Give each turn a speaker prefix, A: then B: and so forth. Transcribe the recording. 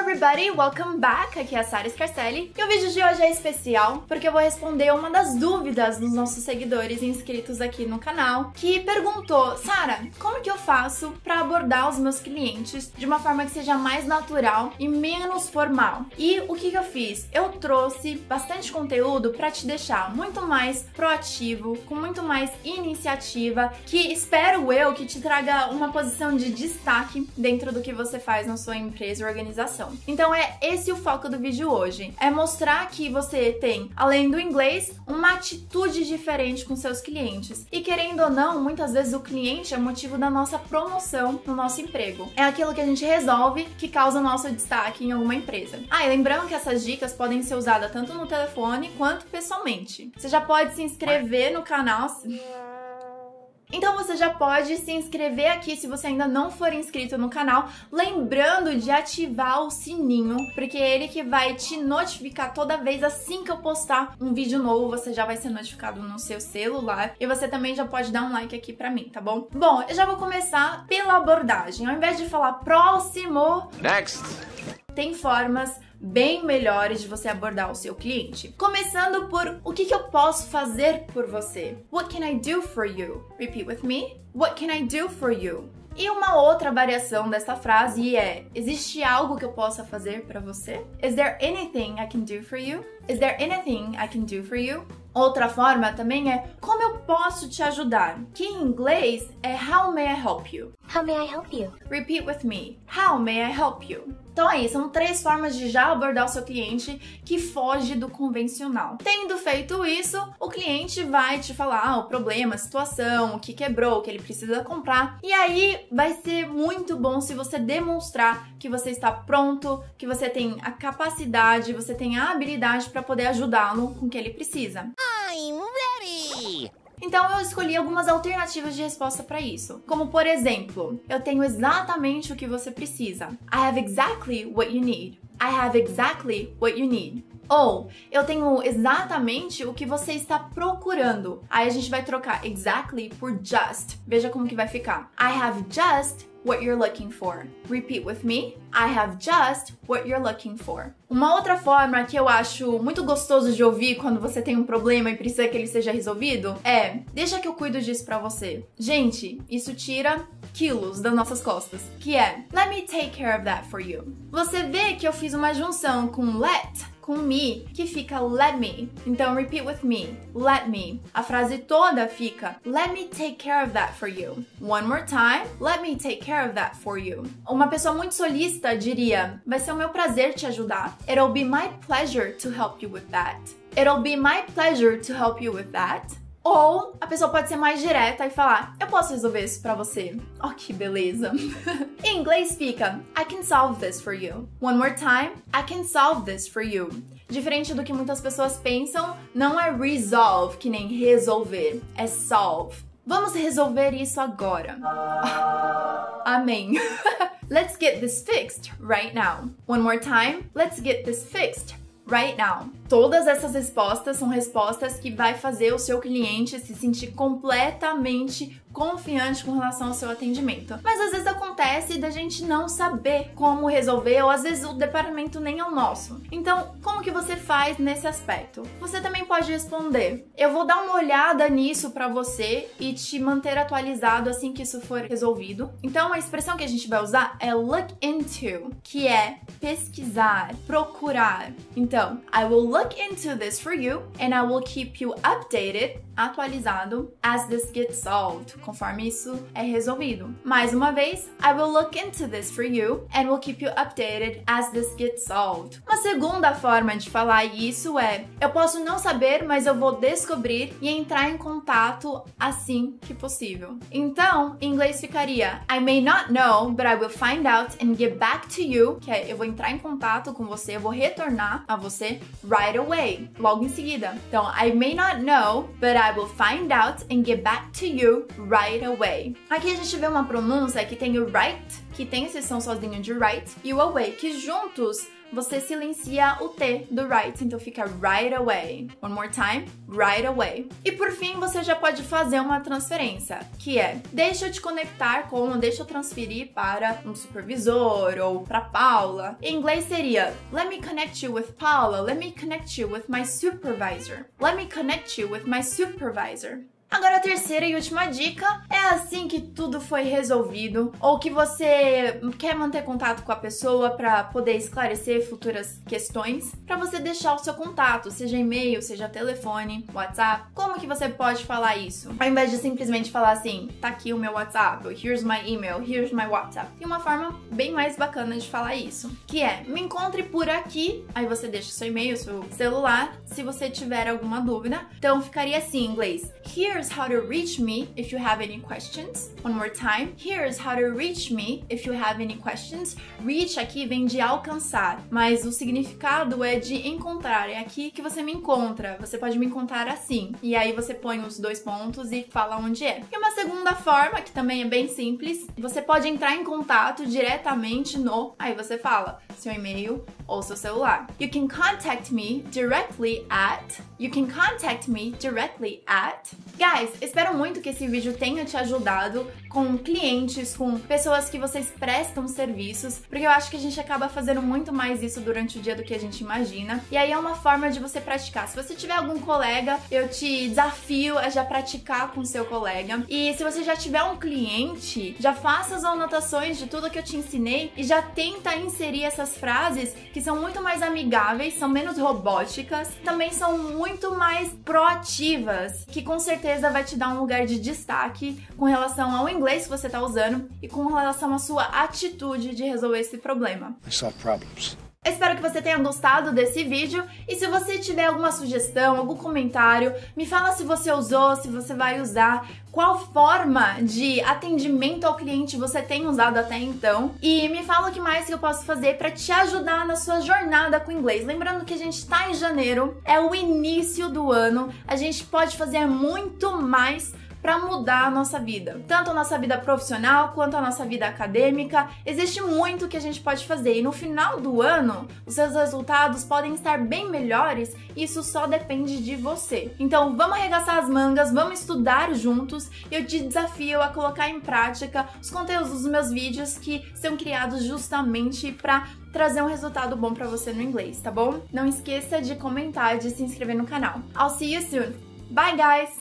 A: everybody, welcome back! Aqui é a Sara Scarcelli e o vídeo de hoje é especial porque eu vou responder uma das dúvidas dos nossos seguidores inscritos aqui no canal que perguntou: Sara, como que eu faço para abordar os meus clientes de uma forma que seja mais natural e menos formal? E o que eu fiz? Eu trouxe bastante conteúdo para te deixar muito mais proativo, com muito mais iniciativa, que espero eu que te traga uma posição de destaque dentro do que você faz na sua empresa e organização. Então é esse o foco do vídeo hoje, é mostrar que você tem, além do inglês, uma atitude diferente com seus clientes. E querendo ou não, muitas vezes o cliente é o motivo da nossa promoção no nosso emprego. É aquilo que a gente resolve que causa nosso destaque em alguma empresa. E lembrando que essas dicas podem ser usadas tanto no telefone quanto pessoalmente. Você já pode se inscrever no canal. Então você já pode se inscrever aqui se você ainda não for inscrito no canal, lembrando de ativar o sininho, porque é ele que vai te notificar toda vez assim que eu postar um vídeo novo, você já vai ser notificado no seu celular e você também já pode dar um like aqui pra mim, tá bom? Bom, eu já vou começar pela abordagem. Ao invés de falar próximo,
B: next,
A: tem formas bem melhores de você abordar o seu cliente. Começando por o que eu posso fazer por você? What can I do for you? Repeat with me. What can I do for you? E uma outra variação dessa frase é: existe algo que eu possa fazer para você? Is there anything I can do for you? Is there anything I can do for you? Outra forma também é: como eu posso te ajudar? Que em inglês é how may I help you?
C: How may I help you?
A: Repeat with me. How may I help you? Então aí, são 3 formas de já abordar o seu cliente que foge do convencional. Tendo feito isso, o cliente vai te falar o problema, a situação, o que quebrou, o que ele precisa comprar. E aí vai ser muito bom se você demonstrar que você está pronto, que você tem a capacidade, você tem a habilidade para poder ajudá-lo com o que ele precisa.
C: I'm ready!
A: Então eu escolhi algumas alternativas de resposta para isso. Como por exemplo, eu tenho exatamente o que você precisa. I have exactly what you need. I have exactly what you need. Ou, eu tenho exatamente o que você está procurando. Aí a gente vai trocar exactly por just. Veja como que vai ficar. I have just what you're looking for. Repeat with me. I have just what you're looking for. Uma outra forma que eu acho muito gostoso de ouvir quando você tem um problema e precisa que ele seja resolvido é: deixa que eu cuido disso pra você. Gente, isso tira quilos das nossas costas, que é let me take care of that for you. Você vê que eu fiz uma junção com let com me, que fica let me. Então, repeat with me. Let me. A frase toda fica let me take care of that for you. One more time. Let me take care of that for you. Uma pessoa muito solícita diria: vai ser o meu prazer te ajudar. It'll be my pleasure to help you with that. It'll be my pleasure to help you with that. Ou a pessoa pode ser mais direta e falar: eu posso resolver isso pra você. Oh, que beleza! Em inglês fica I can solve this for you. One more time. I can solve this for you. Diferente do que muitas pessoas pensam, não é resolve, que nem resolver. É solve. Vamos resolver isso agora. Amém. Let's get this fixed right now. One more time. Let's get this fixed right now. Todas essas respostas são respostas que vai fazer o seu cliente se sentir completamente confiante com relação ao seu atendimento. Mas às vezes acontece da gente não saber como resolver, ou às vezes o departamento nem é o nosso. Então, como que você faz nesse aspecto? Você também pode responder: eu vou dar uma olhada nisso pra você e te manter atualizado assim que isso for resolvido. Então, a expressão que a gente vai usar é look into, que é pesquisar, procurar. Então, I will look into this for you and I will keep you updated, atualizado, as this gets solved, conforme isso é resolvido. Mais uma vez, I will look into this for you and will keep you updated as this gets solved. Uma segunda forma de falar isso é: eu posso não saber, mas eu vou descobrir e entrar em contato assim que possível. Então, em inglês ficaria I may not know, but I will find out and get back to you, que é eu vou entrar em contato com você, eu vou retornar a você right away, logo em seguida. Então, I may not know, but I will find out and get back to you right away. Aqui a gente vê uma pronúncia que tem o right, que tem esse som sozinho de right, e o away, que juntos você silencia o T do right, então fica right away. One more time, right away. E por fim, você já pode fazer uma transferência, que é, deixa eu te conectar com, deixa eu transferir para um supervisor ou para Paula. Em inglês seria, let me connect you with Paula, let me connect you with my supervisor. Let me connect you with my supervisor. Agora a terceira e última dica é assim que tudo foi resolvido ou que você quer manter contato com a pessoa para poder esclarecer futuras questões, para você deixar o seu contato, seja e-mail, seja telefone, WhatsApp. Como que você pode falar isso? Ao invés de simplesmente falar assim, tá aqui o meu WhatsApp, ou here's my email, here's my WhatsApp. Tem uma forma bem mais bacana de falar isso, que é, me encontre por aqui, aí você deixa seu e-mail, seu celular, se você tiver alguma dúvida. Então ficaria assim em inglês, Here's how to reach me if you have any questions. One more time. Here's how to reach me if you have any questions. Reach aqui vem de alcançar, mas o significado é de encontrar. É aqui que você me encontra. Você pode me encontrar assim. E aí você põe os dois pontos e fala onde é. E uma segunda forma, que também é bem simples, você pode entrar em contato diretamente no... Aí você fala seu e-mail ou seu celular. You can contact me directly at... You can contact me directly at... Guys, espero muito que esse vídeo tenha te ajudado com clientes, com pessoas que vocês prestam serviços, porque eu acho que a gente acaba fazendo muito mais isso durante o dia do que a gente imagina. E aí é uma forma de você praticar. Se você tiver algum colega, eu te desafio a já praticar com seu colega. E se você já tiver um cliente, já faça as anotações de tudo que eu te ensinei e já tenta inserir essas frases que são muito mais amigáveis, são menos robóticas, também são muito mais proativas, que com certeza vai te dar um lugar de destaque com relação ao inglês que você está usando e com relação à sua atitude de resolver esse problema.
B: I solve problems.
A: Espero que você tenha gostado desse vídeo e se você tiver alguma sugestão, algum comentário, me fala se você usou, se você vai usar, qual forma de atendimento ao cliente você tem usado até então e me fala o que mais que eu posso fazer para te ajudar na sua jornada com o inglês. Lembrando que a gente está em janeiro, é o início do ano, a gente pode fazer muito mais para mudar a nossa vida, tanto a nossa vida profissional quanto a nossa vida acadêmica. Existe muito que a gente pode fazer e no final do ano os seus resultados podem estar bem melhores e isso só depende de você. Então vamos arregaçar as mangas, vamos estudar juntos e eu te desafio a colocar em prática os conteúdos dos meus vídeos que são criados justamente para trazer um resultado bom para você no inglês, tá bom? Não esqueça de comentar, de se inscrever no canal. I'll see you soon. Bye guys!